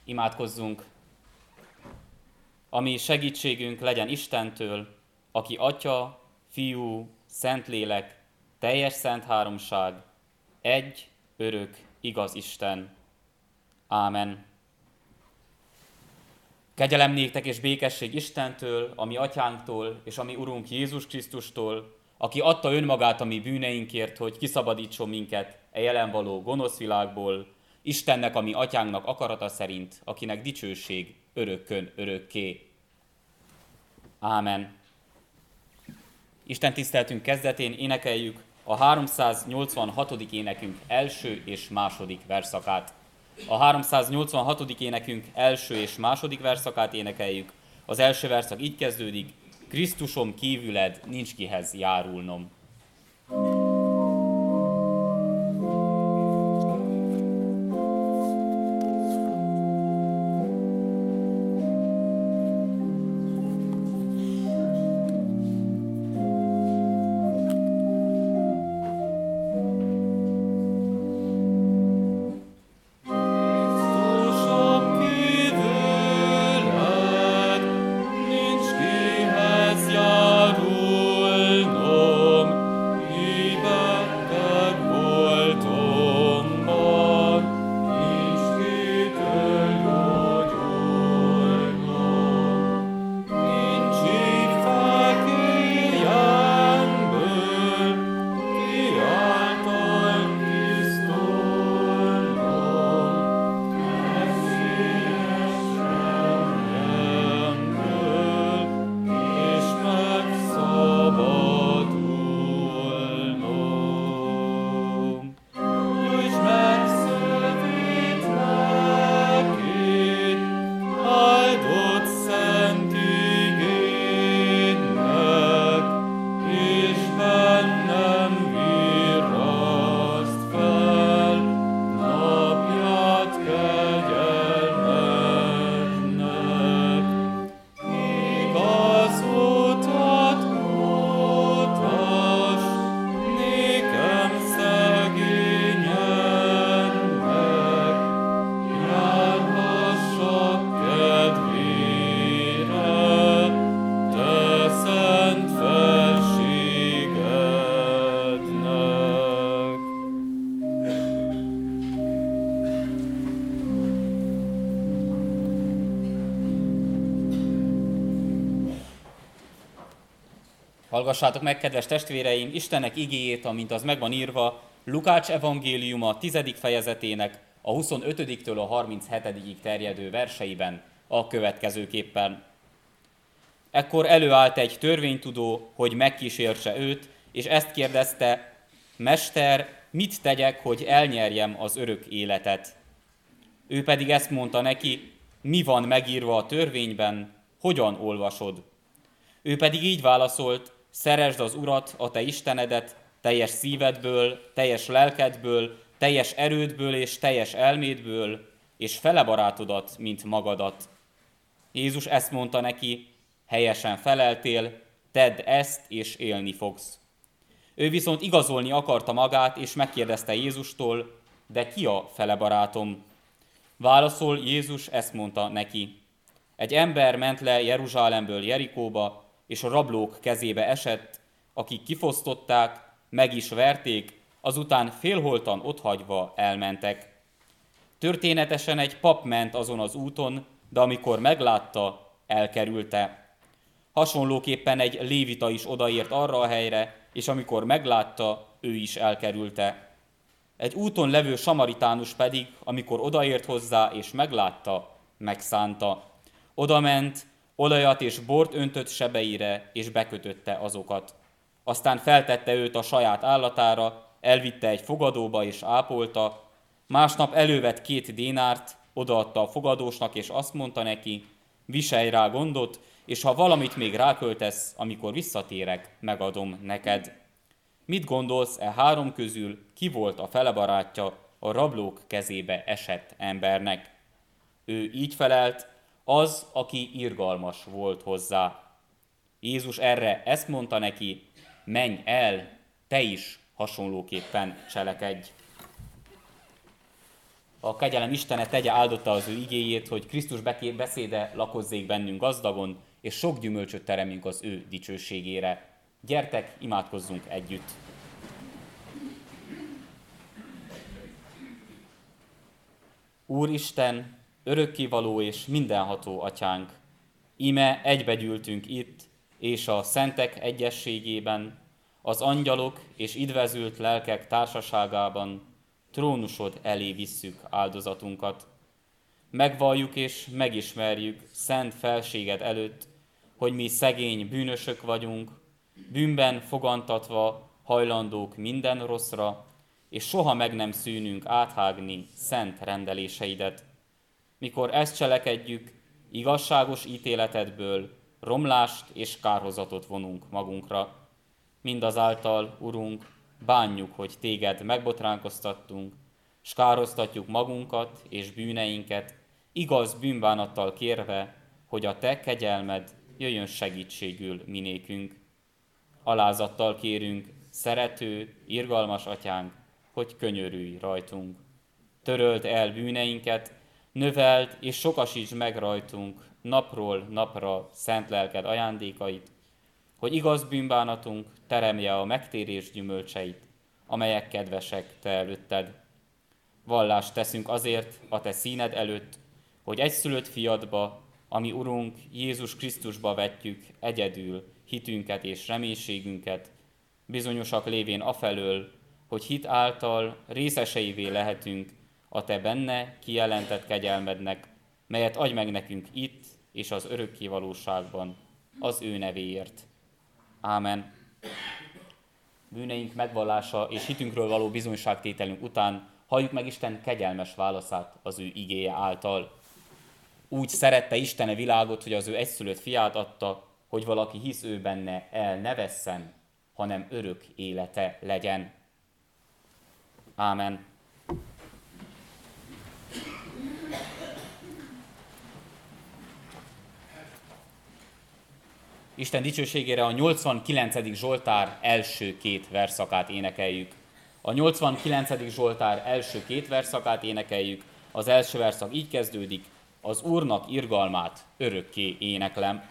Imádkozzunk! Ami segítségünk legyen Istentől, aki Atya, Fiú, Szentlélek, teljes szent háromság, egy, örök, igaz Isten. Ámen. Kegyelem néktek és békesség Istentől, a mi atyánktól és a mi Urunk Jézus Krisztustól, aki adta önmagát a mi bűneinkért, hogy kiszabadítson minket e jelen való gonosz világból, Istennek, a mi atyánknak akarata szerint, akinek dicsőség örökkön örökké. Ámen. Isten tiszteltünk kezdetén énekeljük a 386. énekünk első és második verszakát. A 386. énekünk első és második verszakát énekeljük. Az első verszak így kezdődik: Krisztusom kívüled nincs kihez járulnom. Hallgassátok meg, kedves testvéreim, Istennek igéjét, amint az meg van írva Lukács evangéliuma 10. fejezetének a 25-től a 37-ig terjedő verseiben a következőképpen. Ekkor előállt egy törvénytudó, hogy megkísértse őt, és ezt kérdezte: Mester, mit tegyek, hogy elnyerjem az örök életet? Ő pedig ezt mondta neki: mi van megírva a törvényben, hogyan olvasod? Ő pedig így válaszolt: szeresd az Urat, a te Istenedet, teljes szívedből, teljes lelkedből, teljes erődből és teljes elmédből, és fele barátodat, mint magadat. Jézus ezt mondta neki: helyesen feleltél, tedd ezt, és élni fogsz. Ő viszont igazolni akarta magát, és megkérdezte Jézustól: de ki a fele barátom? Válaszol Jézus, ezt mondta neki: egy ember ment le Jeruzsálemből Jerikóba, és a rablók kezébe esett, akik kifosztották, meg is verték, azután félholtan otthagyva elmentek. Történetesen egy pap ment azon az úton, de amikor meglátta, elkerülte. Hasonlóképpen egy lévita is odaért arra a helyre, és amikor meglátta, ő is elkerülte. Egy úton levő samaritánus pedig, amikor odaért hozzá és meglátta, megszánta. Odament, olajat és bort öntött sebeire, és bekötötte azokat. Aztán feltette őt a saját állatára, elvitte egy fogadóba és ápolta. Másnap elővett 2 dénárt, odaadta a fogadósnak, és azt mondta neki: viselj rá gondot, és ha valamit még ráköltesz, amikor visszatérek, megadom neked. Mit gondolsz, e 3 közül ki volt a fele barátja a rablók kezébe esett embernek? Ő így felelt: az, aki irgalmas volt hozzá. Jézus erre ezt mondta neki: menj el, te is hasonlóképpen cselekedj. A kegyelem Istene tegye áldotta az ő igéjét, hogy Krisztus beszéde lakozzék bennünk gazdagon, és sok gyümölcsöt teremünk az ő dicsőségére. Gyertek, imádkozzunk együtt! Úristen, örökkévaló és mindenható atyánk, íme egybegyűltünk itt, és a szentek egyességében, az angyalok és idvezült lelkek társaságában trónusod elé visszük áldozatunkat. Megvalljuk és megismerjük szent felséged előtt, hogy mi szegény bűnösök vagyunk, bűnben fogantatva hajlandók minden rosszra, és soha meg nem szűnünk áthágni szent rendeléseidet. Mikor ezt cselekedjük, igazságos ítéletedből romlást és kárhozatot vonunk magunkra. Mindazáltal, Urunk, bánjuk, hogy téged megbotránkoztattunk, s károztatjuk magunkat és bűneinket, igaz bűnbánattal kérve, hogy a te kegyelmed jöjjön segítségül minékünk. Alázattal kérünk, szerető, irgalmas atyánk, hogy könyörülj rajtunk. Töröld el bűneinket, növeld és sokasítsd meg rajtunk napról napra szent lelked ajándékait, hogy igaz bűnbánatunk teremje a megtérés gyümölcseit, amelyek kedvesek te előtted. Vallást teszünk azért a te színed előtt, hogy egyszülött fiadba, ami Urunk Jézus Krisztusba vetjük egyedül hitünket és reménységünket, bizonyosak lévén afelől, hogy hit által részeseivé lehetünk a te benne kijelentett kegyelmednek, melyet adj meg nekünk itt és az örökké valóságban, az ő nevéért. Ámen. Bűneink megvallása és hitünkről való bizonyságtételünk után halljuk meg Isten kegyelmes válaszát az ő igéje által. Úgy szerette Isten a világot, hogy az ő egyszülött fiát adta, hogy valaki hisz ő benne, el ne vesszen, hanem örök élete legyen. Ámen. Isten dicsőségére a 89. Zsoltár első két versszakát énekeljük. A 89. Zsoltár első két versszakát énekeljük. Az első verszak így kezdődik: az Úrnak irgalmát örökké éneklem.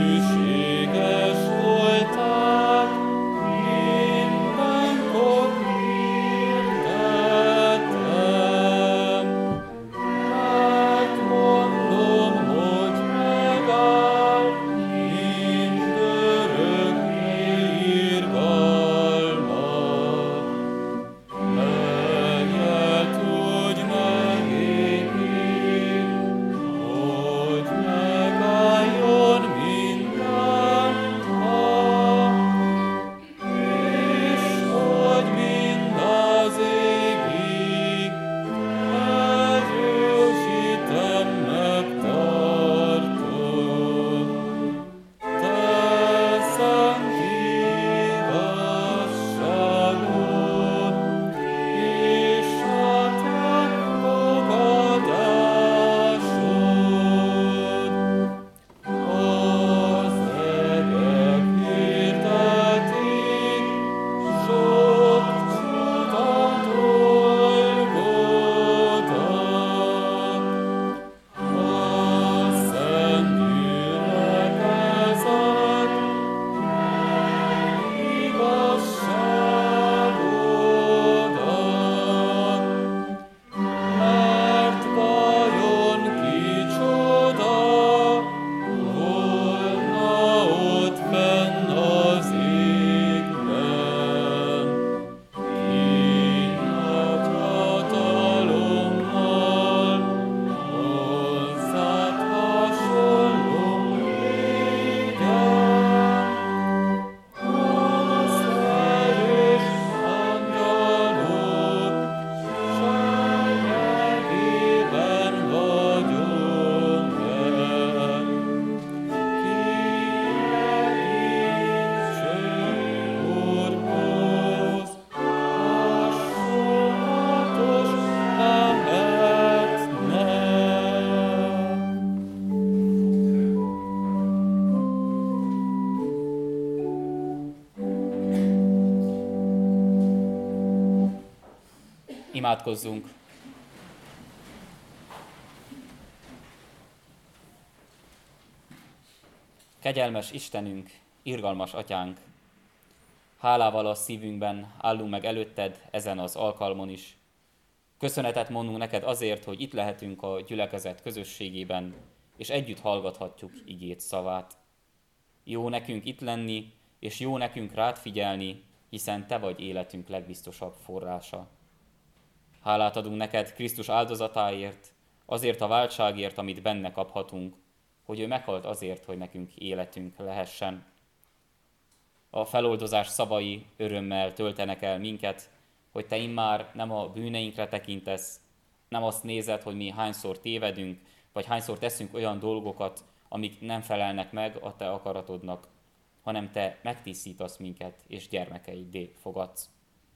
Hűséges voltál minden kor. Imádkozzunk! Kegyelmes Istenünk, irgalmas Atyánk, hálával a szívünkben állunk meg előtted ezen az alkalmon is. Köszönetet mondunk neked azért, hogy itt lehetünk a gyülekezet közösségében, és együtt hallgathatjuk igét szavát. Jó nekünk itt lenni, és jó nekünk rád figyelni, hiszen te vagy életünk legbiztosabb forrása. Hálát adunk neked Krisztus áldozatáért, azért a váltságért, amit benne kaphatunk, hogy ő meghalt azért, hogy nekünk életünk lehessen. A feloldozás szavai örömmel töltenek el minket, hogy te immár nem a bűneinkre tekintesz, nem azt nézed, hogy mi hányszor tévedünk, vagy hányszor teszünk olyan dolgokat, amik nem felelnek meg a te akaratodnak, hanem te megtisztítasz minket, és gyermekeiddé fogadsz.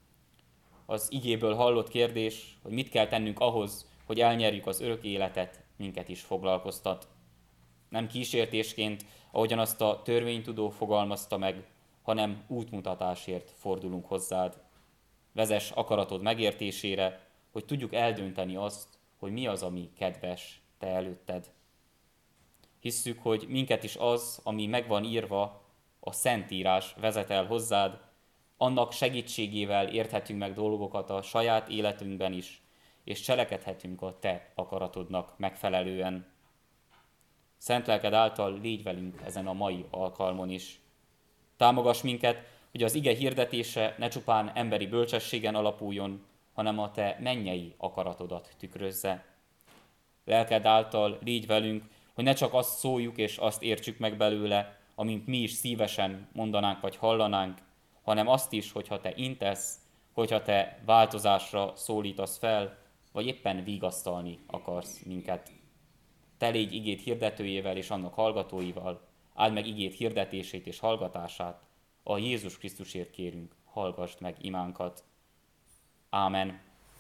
Az igéből hallott kérdés, hogy mit kell tennünk ahhoz, hogy elnyerjük az örök életet, minket is foglalkoztat. Nem kísértésként, ahogyan azt a törvénytudó fogalmazta meg, hanem útmutatásért fordulunk hozzád. Vezess akaratod megértésére, hogy tudjuk eldönteni azt, hogy mi az, ami kedves te előtted. Hisszük, hogy minket is az, ami meg van írva, a Szentírás vezet el hozzád, annak segítségével érthetünk meg dolgokat a saját életünkben is, és cselekedhetünk a te akaratodnak megfelelően. Szent lelked által légy velünk ezen a mai alkalmon is. Támogass minket, hogy az ige hirdetése ne csupán emberi bölcsességen alapuljon, hanem a te mennyei akaratodat tükrözze. Lelked által légy velünk, hogy ne csak azt szóljuk és azt értsük meg belőle, amint mi is szívesen mondanánk vagy hallanánk, hanem azt is, hogyha te intesz, hogyha te változásra szólítasz fel, vagy éppen vigasztalni akarsz minket. Te légy igét hirdetőjével és annak hallgatóival, áld meg igét hirdetését és hallgatását, a Jézus Krisztusért kérünk, hallgassd meg imánkat. Ámen.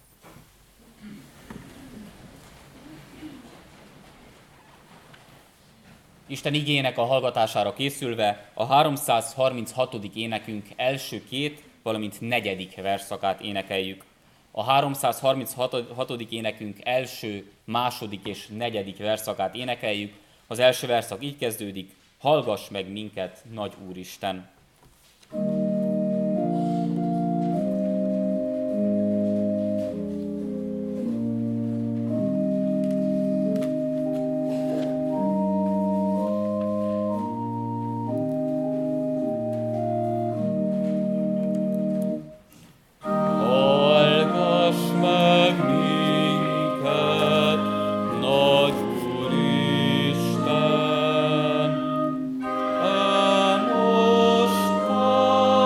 Isten igének a hallgatására készülve a 336. énekünk első két, valamint negyedik versszakát énekeljük. A 336. énekünk első, második és negyedik versszakát énekeljük. Az első verszak így kezdődik: hallgass meg minket, nagy Úristen! Most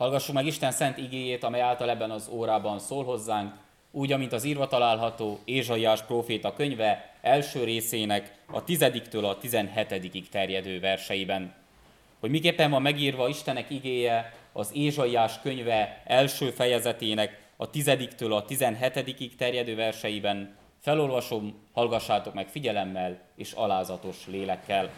Hallgassuk meg Isten szent igéjét, amely által ebben az órában szól hozzánk, úgy, amint az írva található Ézsaiás próféta könyve első részének a 10-től a 17-ig terjedő verseiben. Hogy miképpen van megírva Istenek igéje az Ézsaiás könyve első fejezetének a 10-től a 17-ig terjedő verseiben, felolvasom, hallgassátok meg figyelemmel és alázatos lélekkel.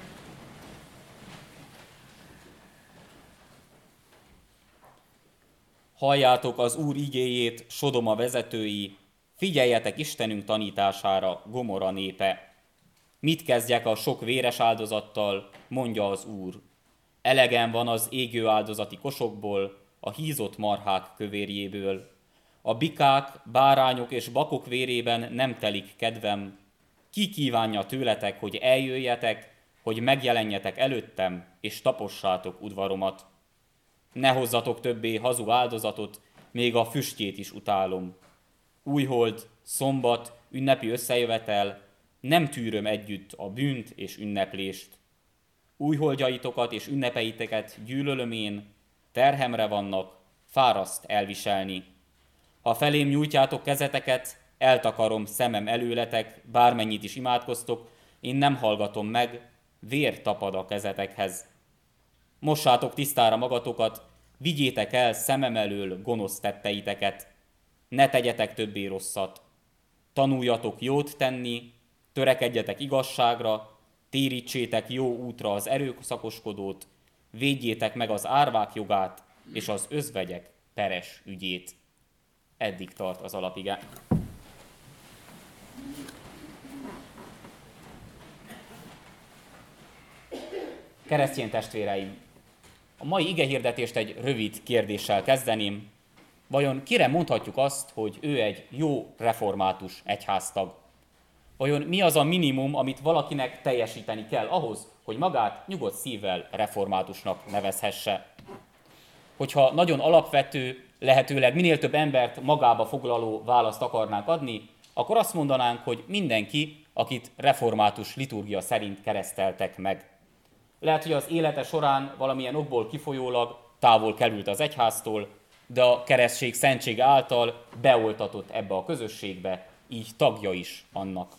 Halljátok az Úr igéjét, Sodoma vezetői, figyeljetek Istenünk tanítására, Gomorra népe. Mit kezdjek a sok véres áldozattal, mondja az Úr. Elegem van az égő áldozati kosokból, a hízott marhák kövérjéből. A bikák, bárányok és bakok vérében nem telik kedvem. Ki kívánja tőletek, hogy eljöjjetek, hogy megjelenjetek előttem, és tapossátok udvaromat. Ne hozzatok többé hazug áldozatot, még a füstjét is utálom. Újhold, szombat, ünnepi összejövetel, nem tűröm együtt a bűnt és ünneplést. Újholdjaitokat és ünnepeiteket gyűlölöm én, terhemre vannak, fáraszt elviselni. Ha felém nyújtjátok kezeteket, eltakarom szemem előletek, bármennyit is imádkoztok, én nem hallgatom meg, vér tapad a kezetekhez. Mossátok tisztára magatokat, vigyétek el szemem elől gonosz tetteiteket. Ne tegyetek többé rosszat. Tanuljatok jót tenni, törekedjetek igazságra, térítsétek jó útra az erőszakoskodót, védjétek meg az árvák jogát és az özvegyek peres ügyét. Eddig tart az alapige. Keresztény testvéreim, a mai igehirdetést egy rövid kérdéssel kezdeném. Vajon kire mondhatjuk azt, hogy ő egy jó református egyháztag? Vajon mi az a minimum, amit valakinek teljesíteni kell ahhoz, hogy magát nyugodt szívvel reformátusnak nevezhesse? Hogyha nagyon alapvető, lehetőleg minél több embert magába foglaló választ akarnánk adni, akkor azt mondanánk, hogy mindenki, akit református liturgia szerint kereszteltek meg. Lehet, hogy az élete során valamilyen okból kifolyólag távol került az egyháztól, de a keresztség szentsége által beoltatott ebbe a közösségbe, így tagja is annak.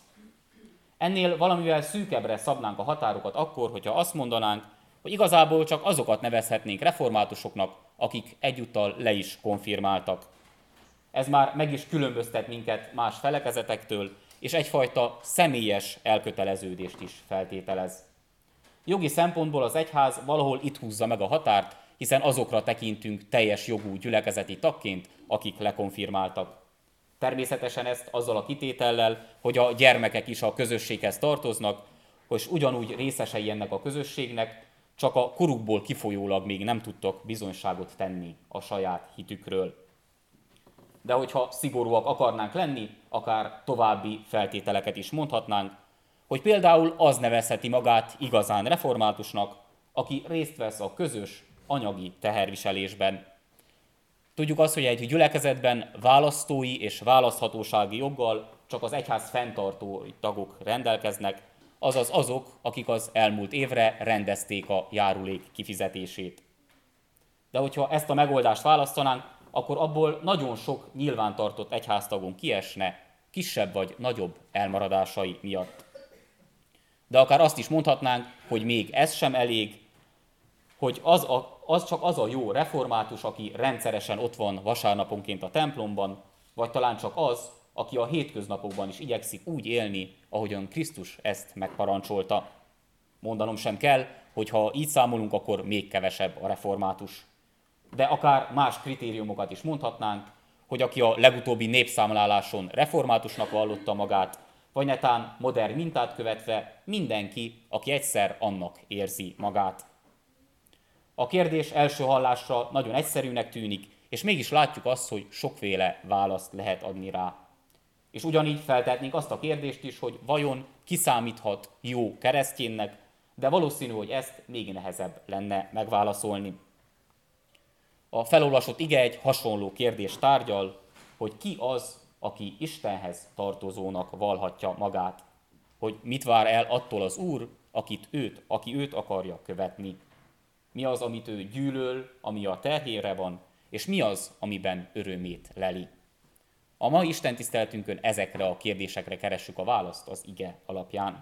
Ennél valamivel szűkebbre szabnánk a határokat akkor, hogyha azt mondanánk, hogy igazából csak azokat nevezhetnénk reformátusoknak, akik egyúttal le is konfirmáltak. Ez már meg is különböztet minket más felekezetektől, és egyfajta személyes elköteleződést is feltételez. Jogi szempontból az egyház valahol itt húzza meg a határt, hiszen azokra tekintünk teljes jogú gyülekezeti tagként, akik lekonfirmáltak. Természetesen ezt azzal a kitétellel, hogy a gyermekek is a közösséghez tartoznak, és ugyanúgy részesei ennek a közösségnek, csak a korukból kifolyólag még nem tudtak bizonyságot tenni a saját hitükről. De hogyha szigorúak akarnánk lenni, akár további feltételeket is mondhatnánk, hogy például az nevezheti magát igazán reformátusnak, aki részt vesz a közös anyagi teherviselésben. Tudjuk azt, hogy egy gyülekezetben választói és választhatósági joggal csak az egyház fenntartó tagok rendelkeznek, azaz azok, akik az elmúlt évre rendezték a járulék kifizetését. De hogyha ezt a megoldást választanánk, akkor abból nagyon sok nyilvántartott egyháztagon kiesne, kisebb vagy nagyobb elmaradásai miatt. De akár azt is mondhatnánk, hogy még ez sem elég, hogy az csak az a jó református, aki rendszeresen ott van vasárnaponként a templomban, vagy talán csak az, aki a hétköznapokban is igyekszik úgy élni, ahogyan Krisztus ezt megparancsolta. Mondanom sem kell, hogy ha így számolunk, akkor még kevesebb a református. De akár más kritériumokat is mondhatnánk, hogy aki a legutóbbi népszámláláson reformátusnak vallotta magát, vagy netán modern mintát követve mindenki, aki egyszer annak érzi magát. A kérdés első hallásra nagyon egyszerűnek tűnik, és mégis látjuk azt, hogy sokféle választ lehet adni rá. És ugyanígy feltehetnénk azt a kérdést is, hogy vajon kiszámíthat jó kereszténynek, de valószínű, hogy ezt még nehezebb lenne megválaszolni. A felolvasott ige egy hasonló kérdést tárgyal, hogy ki az, aki Istenhez tartozónak vallhatja magát, hogy mit vár el attól az Úr, aki őt akarja követni. Mi az, amit ő gyűlöl, ami a terhére van, és mi az, amiben örömét leli. A mai istentiszteletünkön ezekre a kérdésekre keressük a választ az ige alapján.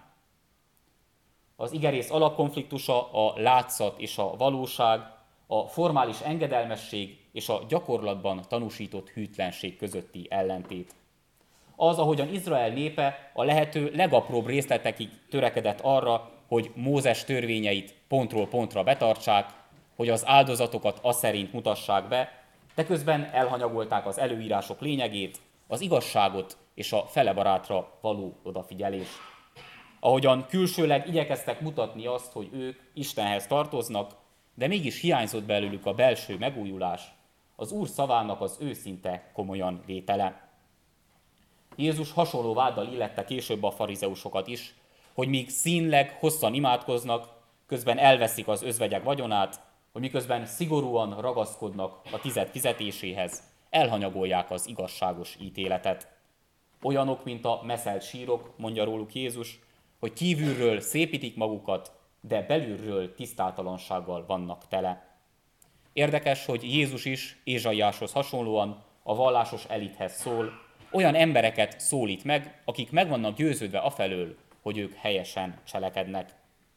Az igerész alapkonfliktusa a látszat és a valóság, a formális engedelmesség és a gyakorlatban tanúsított hűtlenség közötti ellentét. Az, ahogyan Izrael népe a lehető legapróbb részletekig törekedett arra, hogy Mózes törvényeit pontról pontra betartsák, hogy az áldozatokat az szerint mutassák be, de közben elhanyagolták az előírások lényegét, az igazságot és a fele barátra való odafigyelést. Ahogyan külsőleg igyekeztek mutatni azt, hogy ők Istenhez tartoznak, de mégis hiányzott belőlük a belső megújulás, az Úr szavának az őszinte komolyan vétele. Jézus hasonló váddal illette később a farizeusokat is, hogy míg színleg hosszan imádkoznak, közben elveszik az özvegyek vagyonát, hogy miközben szigorúan ragaszkodnak a tized fizetéséhez, elhanyagolják az igazságos ítéletet. Olyanok, mint a meszelt sírok, mondja róluk Jézus, hogy kívülről szépítik magukat, de belülről tisztátalansággal vannak tele. Érdekes, hogy Jézus is Ézsaiáshoz hasonlóan a vallásos elithez szól, olyan embereket szólít meg, akik meg vannak győződve afelől, hogy ők helyesen cselekednek.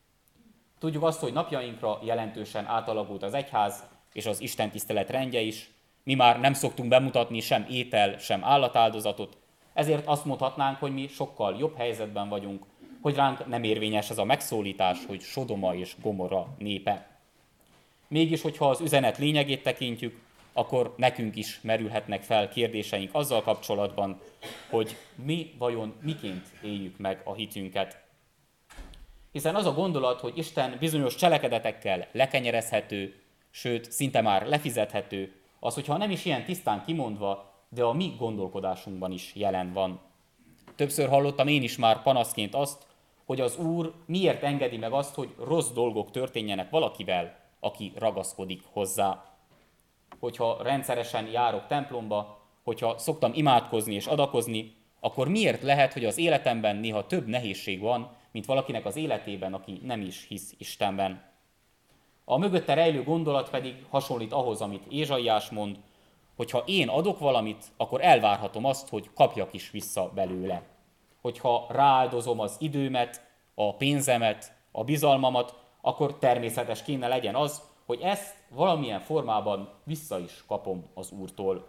Tudjuk azt, hogy napjainkra jelentősen átalakult az egyház és az istentisztelet rendje is. Mi már nem szoktunk bemutatni sem étel, sem állatáldozatot, ezért azt mondhatnánk, hogy mi sokkal jobb helyzetben vagyunk, hogy ránk nem érvényes ez a megszólítás, hogy Sodoma és Gomorra népe. Mégis, hogyha az üzenet lényegét tekintjük, akkor nekünk is merülhetnek fel kérdéseink azzal kapcsolatban, hogy mi vajon miként éljük meg a hitünket. Hiszen az a gondolat, hogy Isten bizonyos cselekedetekkel lekenyerezhető, sőt, szinte már lefizethető, az, hogyha nem is ilyen tisztán kimondva, de a mi gondolkodásunkban is jelen van. Többször hallottam én is már panaszként azt, hogy az Úr miért engedi meg azt, hogy rossz dolgok történjenek valakivel, aki ragaszkodik hozzá. Hogyha rendszeresen járok templomba, hogyha szoktam imádkozni és adakozni, akkor miért lehet, hogy az életemben néha több nehézség van, mint valakinek az életében, aki nem is hisz Istenben. A mögötte rejlő gondolat pedig hasonlít ahhoz, amit Ézsaiás mond, hogy ha én adok valamit, akkor elvárhatom azt, hogy kapjak is vissza belőle. Hogyha rááldozom az időmet, a pénzemet, a bizalmamat, akkor természetes kéne legyen az, hogy ezt valamilyen formában vissza is kapom az Úrtól.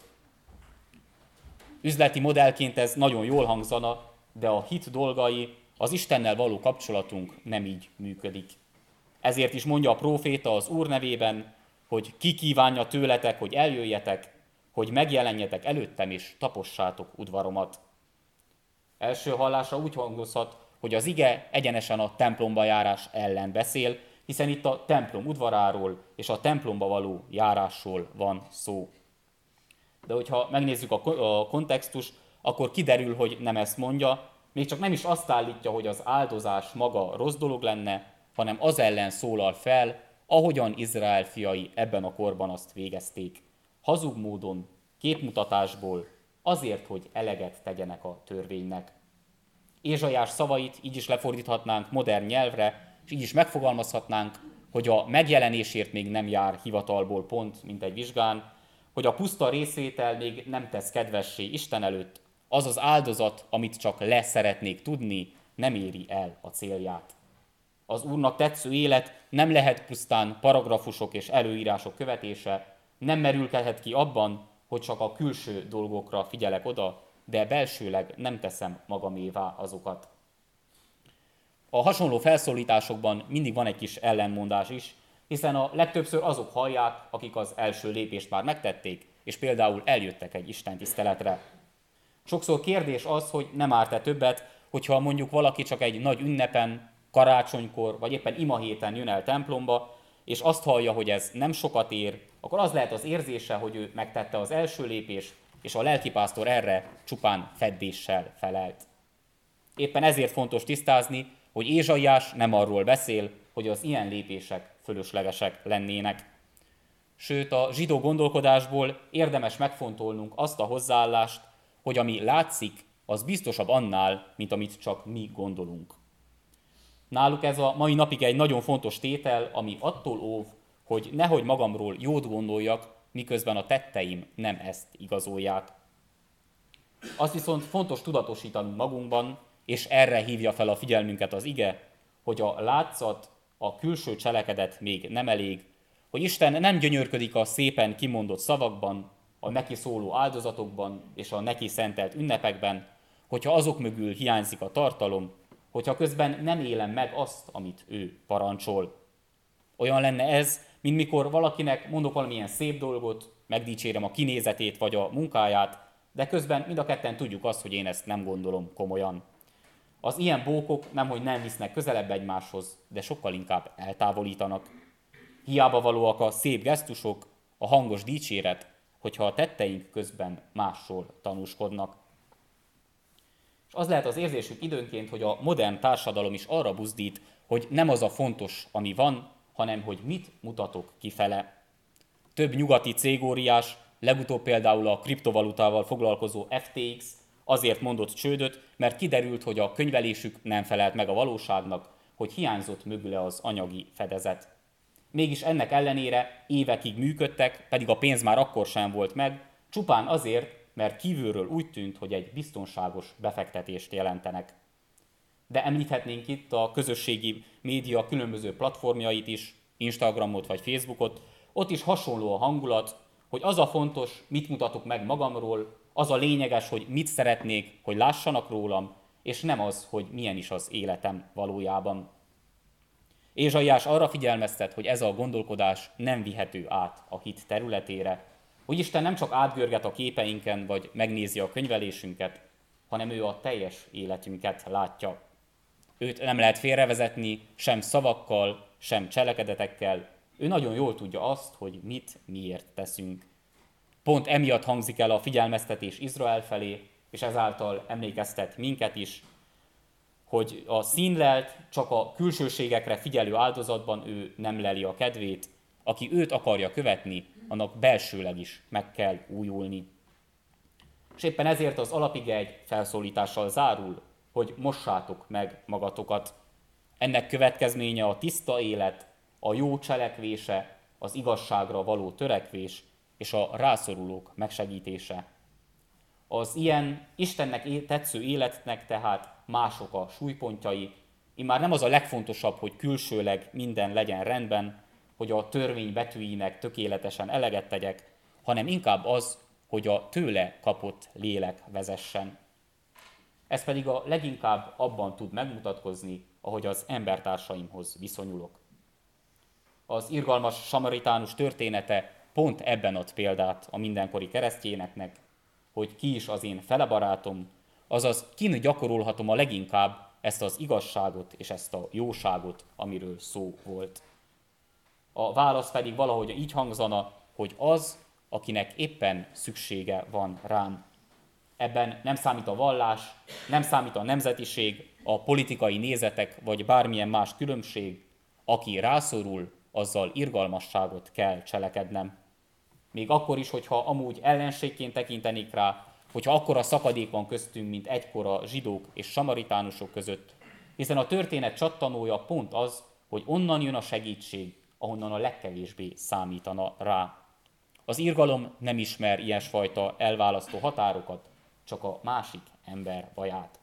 Üzleti modellként ez nagyon jól hangzana, de a hit dolgai, az Istennel való kapcsolatunk nem így működik. Ezért is mondja a próféta az Úr nevében, hogy ki kívánja tőletek, hogy eljöjjetek, hogy megjelenjetek előttem és tapossátok udvaromat. Első hallásra úgy hangozhat, hogy az ige egyenesen a templomba járás ellen beszél, hiszen itt a templom udvaráról és a templomba való járásról van szó. De hogyha megnézzük a kontextust, akkor kiderül, hogy nem ezt mondja, még csak nem is azt állítja, hogy az áldozás maga rossz dolog lenne, hanem az ellen szólal fel, ahogyan Izrael fiai ebben a korban azt végezték. Hazug módon, képmutatásból, azért, hogy eleget tegyenek a törvénynek. Ézsaiás szavait így is lefordíthatnánk modern nyelvre, és így is megfogalmazhatnánk, hogy a megjelenésért még nem jár hivatalból pont, mint egy vizsgán, hogy a puszta részvétel még nem tesz kedvessé Isten előtt, az az áldozat, amit csak le szeretnék tudni, nem éri el a célját. Az Úrnak tetsző élet nem lehet pusztán paragrafusok és előírások követése, nem merülkedhet ki abban, hogy csak a külső dolgokra figyelek oda, de belsőleg nem teszem magamévá azokat. A hasonló felszólításokban mindig van egy kis ellenmondás is, hiszen a legtöbbször azok hallják, akik az első lépést már megtették, és például eljöttek egy istentiszteletre. Sokszor kérdés az, hogy nem árt-e többet, hogyha mondjuk valaki csak egy nagy ünnepen, karácsonykor, vagy éppen imahéten jön el templomba, és azt hallja, hogy ez nem sokat ér, akkor az lehet az érzése, hogy ő megtette az első lépést, és a lelkipásztor erre csupán feddéssel felelt. Éppen ezért fontos tisztázni, hogy Ézsaiás nem arról beszél, hogy az ilyen lépések fölöslegesek lennének. Sőt, a zsidó gondolkodásból érdemes megfontolnunk azt a hozzáállást, hogy ami látszik, az biztosabb annál, mint amit csak mi gondolunk. Náluk ez a mai napig egy nagyon fontos tétel, ami attól óv, hogy nehogy magamról jót gondoljak, miközben a tetteim nem ezt igazolják. Azt viszont fontos tudatosítanunk magunkban, és erre hívja fel a figyelmünket az ige, hogy a látszat, a külső cselekedet még nem elég, hogy Isten nem gyönyörködik a szépen kimondott szavakban, a neki szóló áldozatokban és a neki szentelt ünnepekben, hogyha azok mögül hiányzik a tartalom, hogyha közben nem élem meg azt, amit ő parancsol. Olyan lenne ez, mint mikor valakinek mondok valamilyen szép dolgot, megdicsérem a kinézetét vagy a munkáját, de közben mind a ketten tudjuk azt, hogy én ezt nem gondolom komolyan. Az ilyen bókok nemhogy nem visznek közelebb egymáshoz, de sokkal inkább eltávolítanak. Hiába valóak a szép gesztusok, a hangos dicséret, hogyha a tetteink közben másról tanúskodnak. És az lehet az érzésük időnként, hogy a modern társadalom is arra buzdít, hogy nem az a fontos, ami van, hanem hogy mit mutatok kifele. Több nyugati cégóriás, legutóbb például a kriptovalutával foglalkozó FTX azért mondott csődöt, mert kiderült, hogy a könyvelésük nem felelt meg a valóságnak, hogy hiányzott mögüle az anyagi fedezet. Mégis ennek ellenére évekig működtek, pedig a pénz már akkor sem volt meg, csupán azért, mert kívülről úgy tűnt, hogy egy biztonságos befektetést jelentenek. De említhetnénk itt a közösségi média különböző platformjait is, Instagramot vagy Facebookot, ott is hasonló a hangulat, hogy az a fontos, mit mutatok meg magamról, az a lényeges, hogy mit szeretnék, hogy lássanak rólam, és nem az, hogy milyen is az életem valójában. Ézsaiás arra figyelmeztet, hogy ez a gondolkodás nem vihető át a hit területére, hogy Isten nem csak átgörget a képeinken, vagy megnézi a könyvelésünket, hanem ő a teljes életünket látja. Őt nem lehet félrevezetni sem szavakkal, sem cselekedetekkel. Ő nagyon jól tudja azt, hogy mit, miért teszünk. Pont emiatt hangzik el a figyelmeztetés Izrael felé, és ezáltal emlékeztet minket is, hogy a színlelt, csak a külsőségekre figyelő áldozatban ő nem leli a kedvét, aki őt akarja követni, annak belsőleg is meg kell újulni. És éppen ezért az alapige egy felszólítással zárul, hogy mossátok meg magatokat. Ennek következménye a tiszta élet, a jó cselekvése, az igazságra való törekvés és a rászorulók megsegítése. Az ilyen Istennek tetsző életnek tehát mások a súlypontjai, immár nem az a legfontosabb, hogy külsőleg minden legyen rendben, hogy a törvény betűinek tökéletesen eleget tegyek, hanem inkább az, hogy a tőle kapott lélek vezessen. Ez pedig a leginkább abban tud megmutatkozni, ahogy az embertársaimhoz viszonyulok. Az irgalmas samaritánus története pont ebben ad példát a mindenkori keresztjéneknek, hogy ki is az én felebarátom, azaz kin gyakorolhatom a leginkább ezt az igazságot és ezt a jóságot, amiről szó volt. A válasz pedig valahogy így hangzana, hogy az, akinek éppen szüksége van rám. Ebben nem számít a vallás, nem számít a nemzetiség, a politikai nézetek vagy bármilyen más különbség, aki rászorul, azzal irgalmasságot kell cselekednem. Még akkor is, hogyha amúgy ellenségként tekintenék rá, hogyha akkora szakadék van köztünk, mint egykor a zsidók és samaritánusok között, hiszen a történet csattanója pont az, hogy onnan jön a segítség, ahonnan a legkevésbé számítana rá. Az irgalom nem ismer ilyesfajta elválasztó határokat, csak a másik ember baját.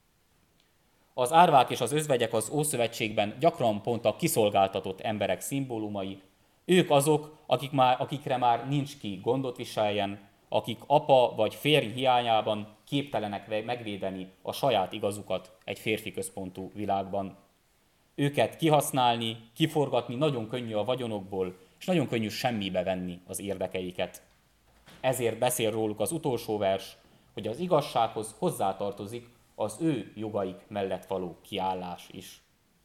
Az árvák és az özvegyek az Ószövetségben gyakran pont a kiszolgáltatott emberek szimbólumai. Ők azok, akikre már nincs ki gondot viseljen, akik apa vagy férj hiányában képtelenek megvédeni a saját igazukat egy férfi központú világban. Őket kihasználni, kiforgatni nagyon könnyű a vagyonokból, és nagyon könnyű semmibe venni az érdekeiket. Ezért beszél róluk az utolsó vers, hogy az igazsághoz hozzátartozik az ő jogaik mellett való kiállás is.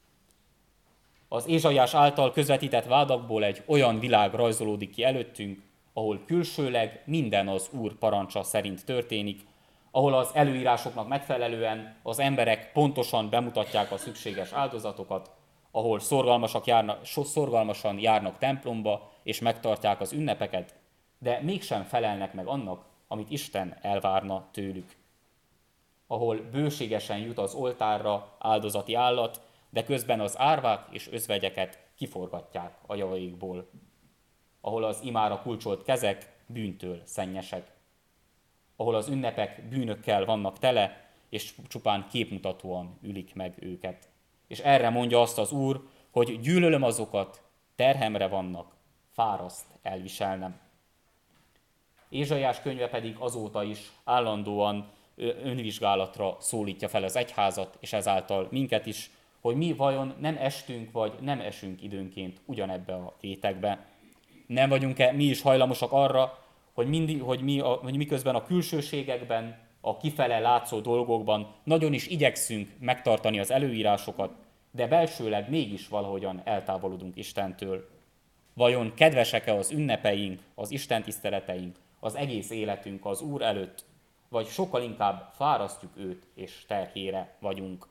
Az Ézsaiás által közvetített vádakból egy olyan világ rajzolódik ki előttünk, ahol külsőleg minden az Úr parancsa szerint történik, ahol az előírásoknak megfelelően az emberek pontosan bemutatják a szükséges áldozatokat, ahol szorgalmasan járnak templomba és megtartják az ünnepeket, de mégsem felelnek meg annak, amit Isten elvárna tőlük. Ahol bőségesen jut az oltárra áldozati állat, de közben az árvák és özvegyeket kiforgatják a javaikból. ahol az imára kulcsolt kezek bűntől szennyesek, ahol az ünnepek bűnökkel vannak tele, és csupán képmutatóan ülik meg őket. És erre mondja azt az Úr, hogy gyűlölöm azokat, terhemre vannak, fáraszt elviselnem. Ézsaiás könyve pedig azóta is állandóan önvizsgálatra szólítja fel az egyházat, és ezáltal minket is, hogy mi vajon nem estünk, vagy nem esünk időnként ugyanebbe a rétegbe. Nem vagyunk-e mi is hajlamosak arra, hogy miközben a külsőségekben, a kifele látszó dolgokban nagyon is igyekszünk megtartani az előírásokat, de belsőleg mégis valahogyan eltávolodunk Istentől. Vajon kedvesek-e az ünnepeink, az istentiszteleteink, az egész életünk az Úr előtt, vagy sokkal inkább fárasztjuk őt és terhére vagyunk?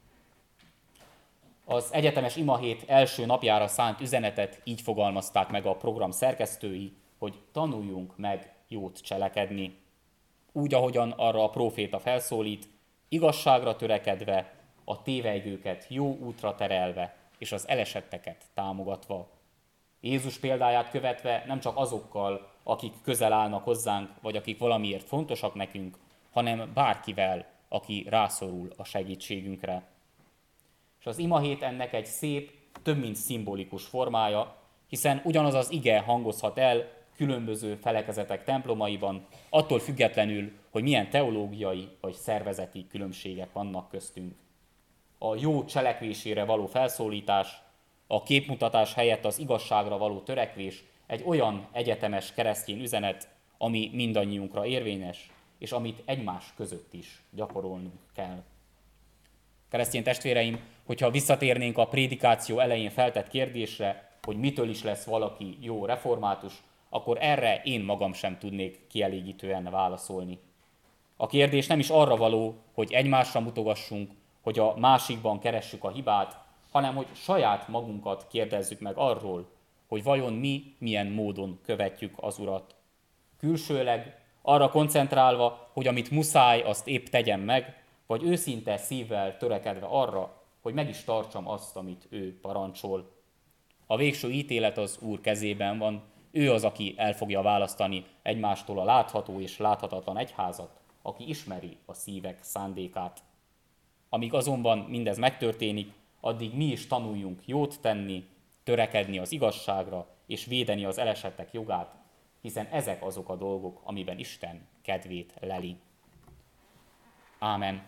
Az egyetemes imahét első napjára szánt üzenetet így fogalmazták meg a program szerkesztői, hogy tanuljunk meg jót cselekedni. Úgy, ahogyan arra a próféta felszólít, igazságra törekedve, a tévejgőket jó útra terelve, és az elesetteket támogatva. Jézus példáját követve nem csak azokkal, akik közel állnak hozzánk, vagy akik valamiért fontosak nekünk, hanem bárkivel, aki rászorul a segítségünkre. És az imahét ennek egy szép, több mint szimbolikus formája, hiszen ugyanaz az ige hangozhat el különböző felekezetek templomaiban, attól függetlenül, hogy milyen teológiai vagy szervezeti különbségek vannak köztünk. A jó cselekvésére való felszólítás, a képmutatás helyett az igazságra való törekvés egy olyan egyetemes keresztény üzenet, ami mindannyiunkra érvényes, és amit egymás között is gyakorolnunk kell. Keresztény testvéreim, hogyha visszatérnénk a prédikáció elején feltett kérdésre, hogy mitől is lesz valaki jó református, akkor erre én magam sem tudnék kielégítően válaszolni. A kérdés nem is arra való, hogy egymásra mutogassunk, hogy a másikban keressük a hibát, hanem hogy saját magunkat kérdezzük meg arról, hogy vajon mi milyen módon követjük az Urat. Külsőleg arra koncentrálva, hogy amit muszáj, azt épp tegyem meg, vagy őszinte szívvel törekedve arra, hogy meg is tartsam azt, amit ő parancsol. A végső ítélet az Úr kezében van, ő az, aki el fogja választani egymástól a látható és láthatatlan egyházat, aki ismeri a szívek szándékát. Amíg azonban mindez megtörténik, addig mi is tanuljunk jót tenni, törekedni az igazságra és védeni az elesettek jogát, hiszen ezek azok a dolgok, amiben Isten kedvét leli. Ámen.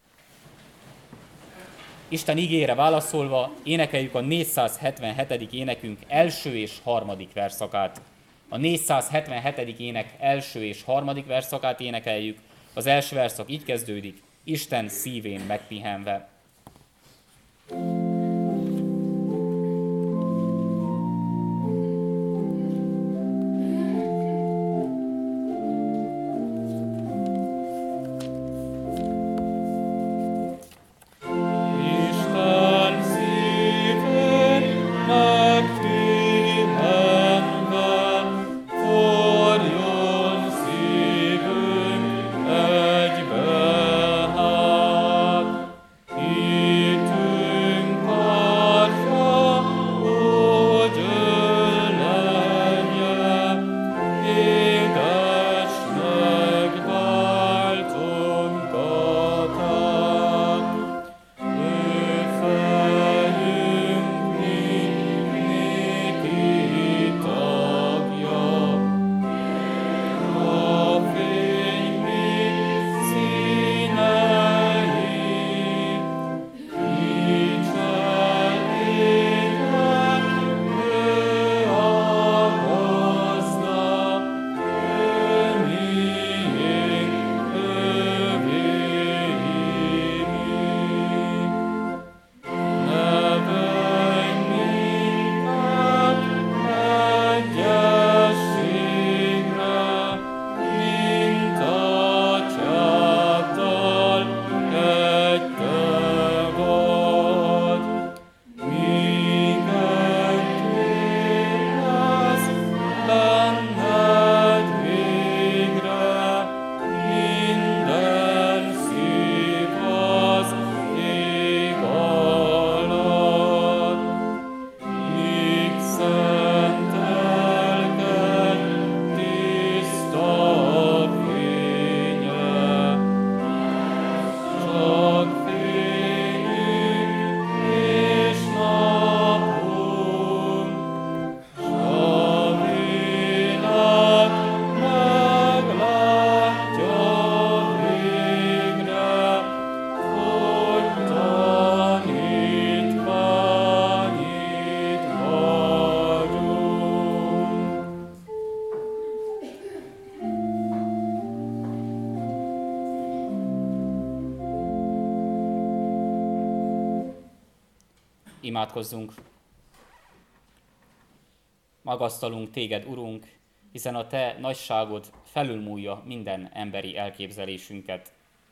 Isten igére válaszolva énekeljük a 477. énekünk első és harmadik versszakát. A 477. ének első és harmadik versszakát énekeljük. Az első verszak így kezdődik: Isten szívén megpihenve. Imádkozzunk! Magasztalunk téged, Urunk, hiszen a te nagyságod felülmúlja minden emberi elképzelésünket.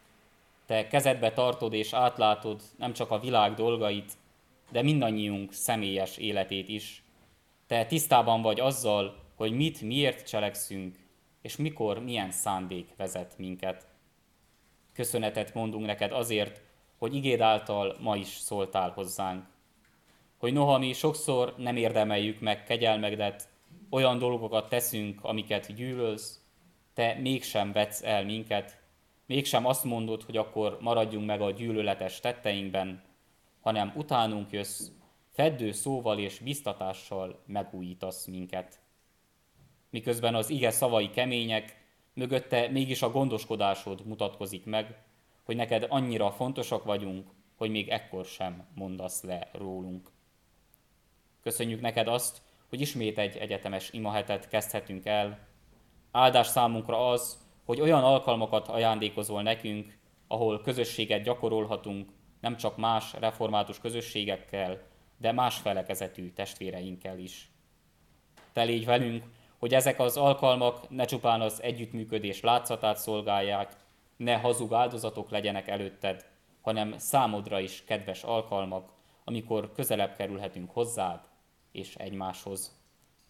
Te kezedbe tartod és átlátod nem csak a világ dolgait, de mindannyiunk személyes életét is. Te tisztában vagy azzal, hogy mit, miért cselekszünk, és mikor, milyen szándék vezet minket. Köszönetet mondunk neked azért, hogy igéd által ma is szóltál hozzánk. Hogy noha mi sokszor nem érdemeljük meg kegyelmedet, olyan dolgokat teszünk, amiket gyűlölsz, te mégsem vetsz el minket, mégsem azt mondod, hogy akkor maradjunk meg a gyűlöletes tetteinkben, hanem utánunk jössz, feddő szóval és biztatással megújítasz minket. Miközben az ige szavai kemények, mögötte mégis a gondoskodásod mutatkozik meg, hogy neked annyira fontosak vagyunk, hogy még ekkor sem mondasz le rólunk. Köszönjük neked azt, hogy ismét egy egyetemes imahetet kezdhetünk el. Áldás számunkra az, hogy olyan alkalmakat ajándékozol nekünk, ahol közösséget gyakorolhatunk, nem csak más református közösségekkel, de más felekezetű testvéreinkkel is. Te légy velünk, hogy ezek az alkalmak ne csupán az együttműködés látszatát szolgálják, ne hazug áldozatok legyenek előtted, hanem számodra is kedves alkalmak, amikor közelebb kerülhetünk hozzád és egymáshoz.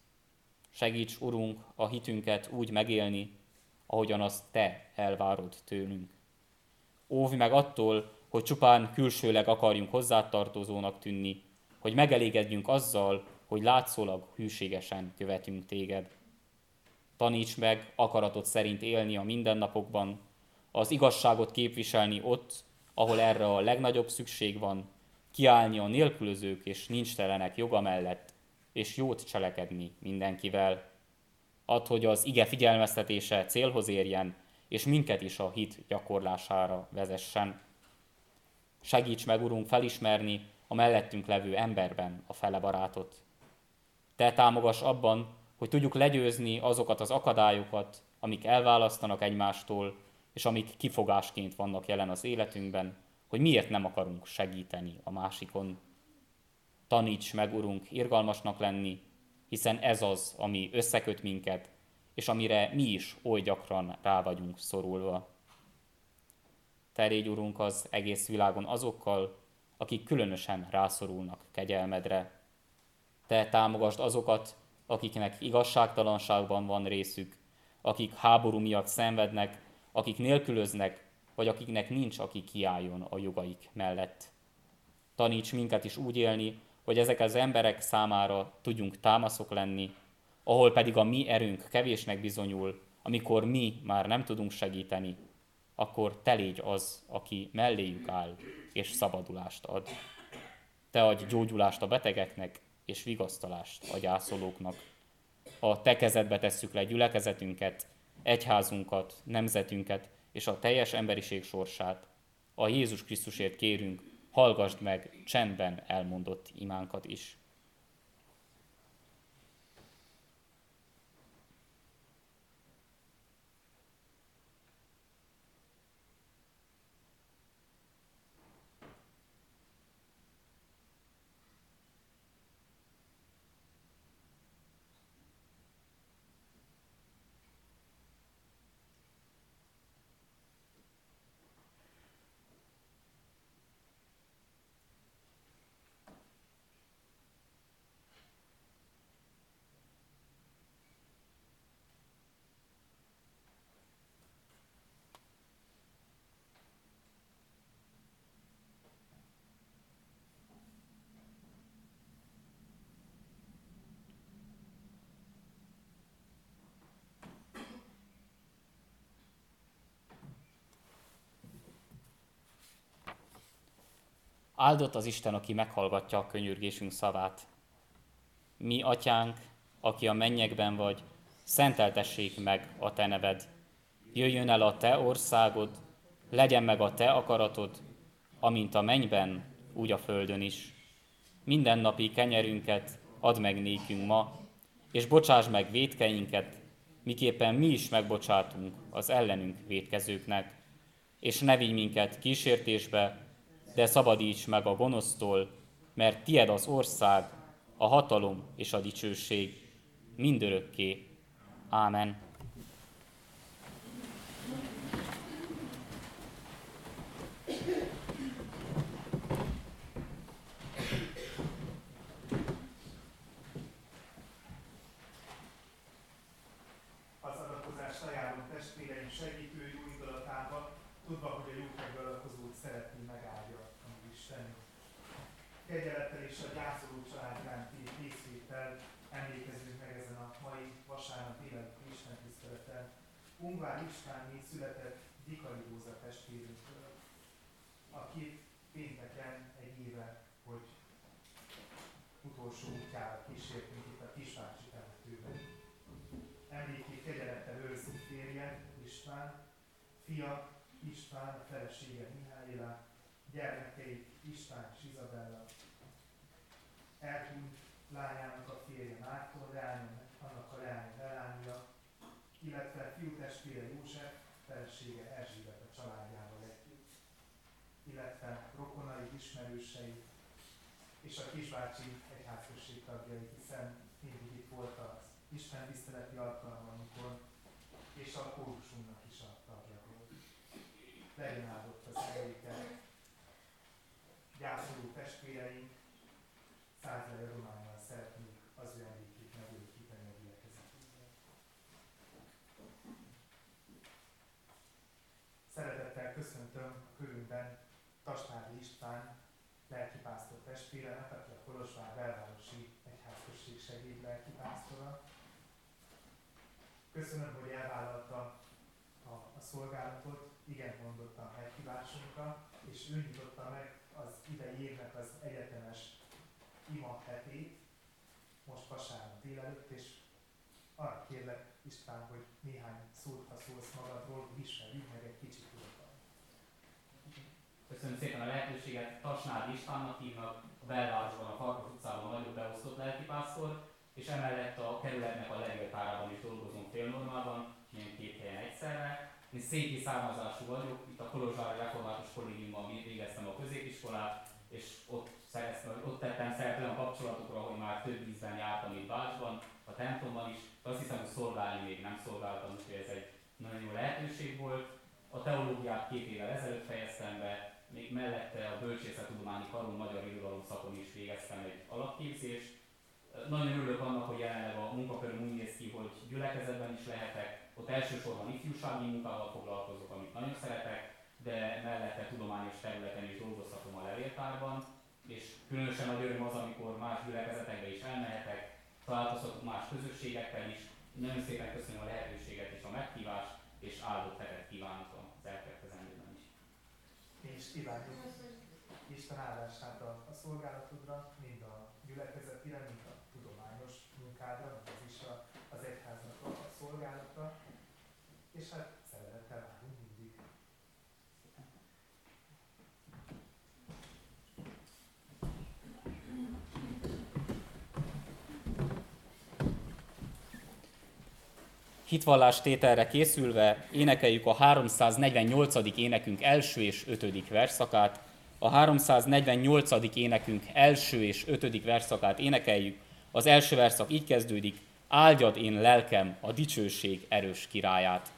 Segíts, Urunk, a hitünket úgy megélni, ahogyan azt te elvárod tőlünk. Óvj meg attól, hogy csupán külsőleg akarjunk hozzátartozónak tűnni, hogy megelégedjünk azzal, hogy látszólag hűségesen követünk téged. Taníts meg akaratod szerint élni a mindennapokban, az igazságot képviselni ott, ahol erre a legnagyobb szükség van, kiállni a nélkülözők és nincstelenek joga mellett, és jót cselekedni mindenkivel. Add, hogy az ige figyelmeztetése célhoz érjen, és minket is a hit gyakorlására vezessen. Segíts meg, Urunk, felismerni a mellettünk levő emberben a fele barátot. Te támogass abban, hogy tudjuk legyőzni azokat az akadályokat, amik elválasztanak egymástól, és amik kifogásként vannak jelen az életünkben, hogy miért nem akarunk segíteni a másikon. Taníts meg, Urunk, irgalmasnak lenni, hiszen ez az, ami összeköt minket, és amire mi is oly gyakran rá vagyunk szorulva. Te légy, Urunk, az egész világon azokkal, akik különösen rászorulnak kegyelmedre. Te támogasd azokat, akiknek igazságtalanságban van részük, akik háború miatt szenvednek, akik nélkülöznek, vagy akiknek nincs, aki kiálljon a jogaik mellett. Taníts minket is úgy élni, hogy ezek az emberek számára tudjunk támaszok lenni, ahol pedig a mi erőnk kevésnek bizonyul, amikor mi már nem tudunk segíteni, akkor te légy az, aki melléjük áll és szabadulást ad. Te adj gyógyulást a betegeknek és vigasztalást a gyászolóknak. A te kezedbe tesszük le gyülekezetünket, egyházunkat, nemzetünket és a teljes emberiség sorsát. A Jézus Krisztusért kérünk, hallgasd meg csendben elmondott imánkat is. Áldott az Isten, aki meghallgatja a könyörgésünk szavát. Mi, Atyánk, aki a mennyekben vagy, szenteltessék meg a te neved. Jöjjön el a te országod, legyen meg a te akaratod, amint a mennyben, úgy a földön is. Mindennapi kenyerünket add meg nékünk ma, és bocsáss meg vétkeinket, miképpen mi is megbocsátunk az ellenünk vétkezőknek. És ne vigy minket kísértésbe, de szabadíts meg a gonosztól, mert tied az ország, a hatalom és a dicsőség mindörökké. Ámen. Az adakozást ajánlom testvéreim segítő jó indulatába, tudva, hogy a jó megalakozót szeretné megáldja a mi Istenünk. Kegyelettel és a gyászoló család iránti részvétel emlékezünk meg ezen a mai vasárnap délelőtti istentiszteleten Ungvár Istvánné született Dikari Róza testvérünkről, akit pénteken egy éve, hogy utolsó útjára kísértünk itt a Kisvácsi temetőben. Emlékét kegyelettel őrzi férje, István, fia István, a felesége Mihályla, gyermekeit István és Izabella, elhunyt lányának a férje Márton, annak a leánya Melania, illetve fiútestvére József, felesége Erzsébet a családjával együtt, illetve rokonai, ismerősei és a Kisvácsi egyházközség tagjai, hiszen mindig itt volt az Isten tiszteleti alkalmainkon, és a kórusunknak is a tagja volt. Legyen áldott az emléke, gyászoló testvéreink, Százlai Románnyal szeretnék az ő emlékét megörökíteni a gyülekezetünkben. Szeretettel köszöntöm a körünkben Tasnádi István lelkipásztor testvéremet, aki a Kolozsvár belvárosi egyházközség segéd lelkipásztora. Köszönöm, hogy elvállalta a szolgálatot, igen mondott a meghívásunkra, és ő nyitotta meg az idei évnek az egyetemes ima hetét, most vasárnap délelőtt, és arra kérlek, István, hogy néhány szót, ha szólsz magadról, ismerjük meg egy kicsit jobban. Köszönöm szépen a lehetőséget. Tasnádi Istvánnak hívnak, a belvárosban, a Farkas utcában vagyok beosztott lelkipásztor, és emellett a kerületnek a levéltárában is dolgozom félnormában, ilyen 2 helyen egyszerre. Én széki származású vagyok, itt a Kolozsvári Református Kollégiumban végeztem a középiskolát, és ott tettem szert olyan kapcsolatokra, hogy már több ízben jártam itt Bácsban, a templomban is, de azt hiszem, hogy szolgálni még nem szolgáltam, úgyhogy ez egy nagyon jó lehetőség volt. A teológiát 2 évvel ezelőtt fejeztem be, még mellette a Bölcsészettudományi Karon magyar irodalom szakon is végeztem egy alapképzést. Nagyon örülök annak, hogy jelenleg a munkaköröm úgy néz ki, hogy gyülekezetben is lehetek, ott elsősorban ifjúsági munkával foglalkozok, amit nagyon szeretek, de mellette tudományos területen is dolgozhatom a levéltárban, és különösen nagy öröm az, amikor más gyülekezetekbe is elmehetek, találkozhatok más közösségekkel is. Nagyon szépen köszönöm a lehetőséget és a meghívást, és áldott hetet kívánok az elkövetkezendőben is. És kívánjuk Isten áldását a szolgálatodra, mind a gyülekezetire, mind a tudományos munkádra, az is az egyháznak a szolgálata, és hát szeretettel várunk mindig. Hitvallás tételre készülve énekeljük a 348. énekünk első és 5. versszakát. A 348. énekünk első és 5. versszakát énekeljük. Az első verszak így kezdődik: áldjad én lelkem a dicsőség erős királyát.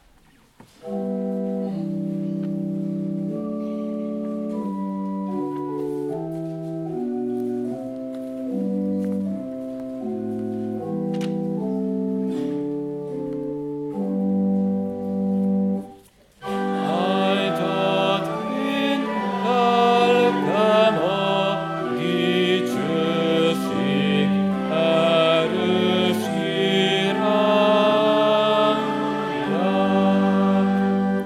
Erős király,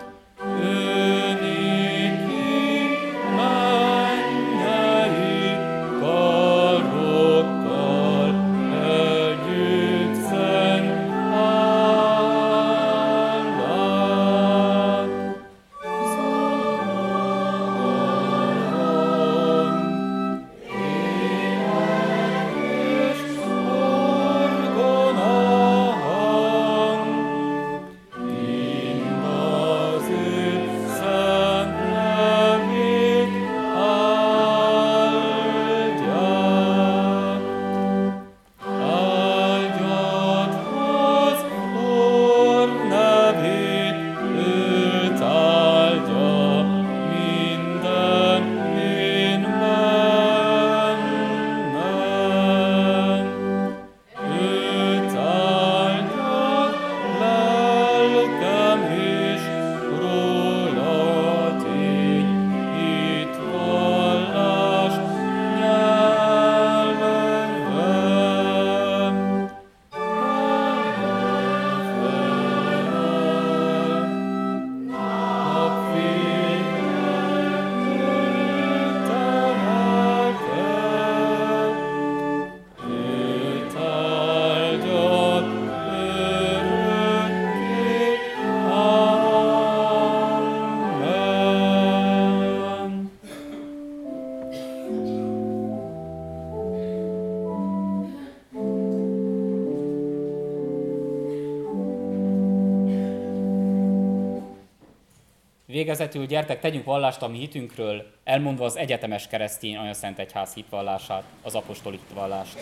Végezetül gyertek, tegyünk vallást a mi hitünkről, elmondva az egyetemes keresztény Anyaszent Egyház hitvallását, az apostoli hitvallást.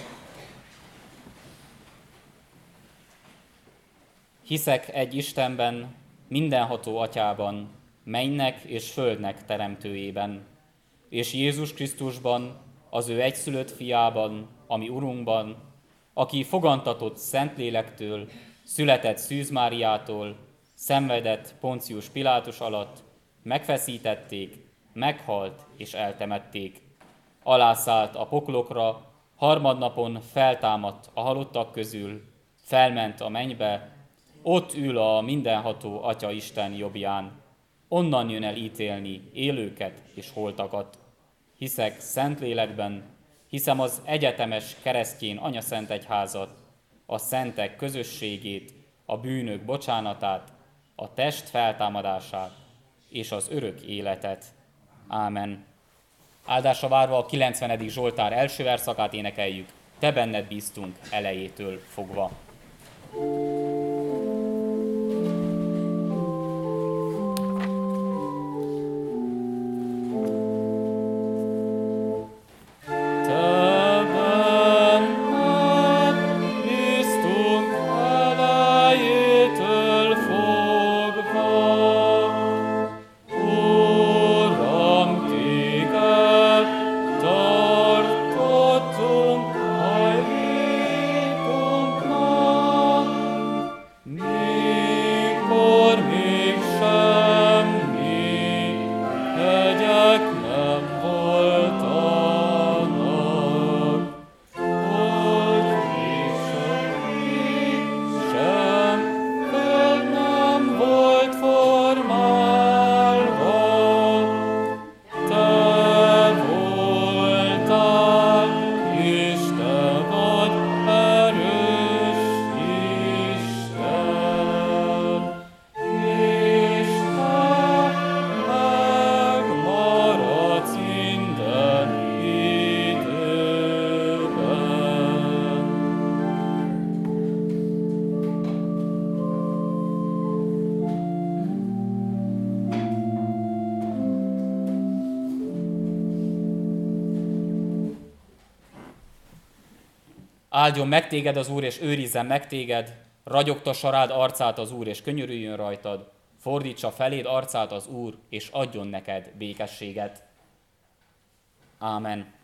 Hiszek egy Istenben, mindenható Atyában, mennynek és földnek teremtőjében, és Jézus Krisztusban, az ő egyszülött fiában, ami Urunkban, aki fogantatott Szentlélektől, született Szűz Máriától, szenvedett Poncius Pilátus alatt, megfeszítették, meghalt és eltemették. Alászállt a poklokra, harmadnapon feltámadt a halottak közül, felment a mennybe, ott ül a mindenható Atya Isten jobbján, onnan jön el ítélni élőket és holtakat. Hiszek Szentlélekben, hiszem az egyetemes keresztény Anyaszent Egyházat, a szentek közösségét, a bűnök bocsánatát, a test feltámadását és az örök életet. Ámen. Áldásra várva a 90. Zsoltár első verszakát énekeljük, te benned bíztunk elejétől fogva. Áldjon meg téged az Úr, és őrizzen meg téged, ragyogtassa rád arcát az Úr, és könyörüljön rajtad, fordítsa feléd arcát az Úr, és adjon neked békességet. Ámen.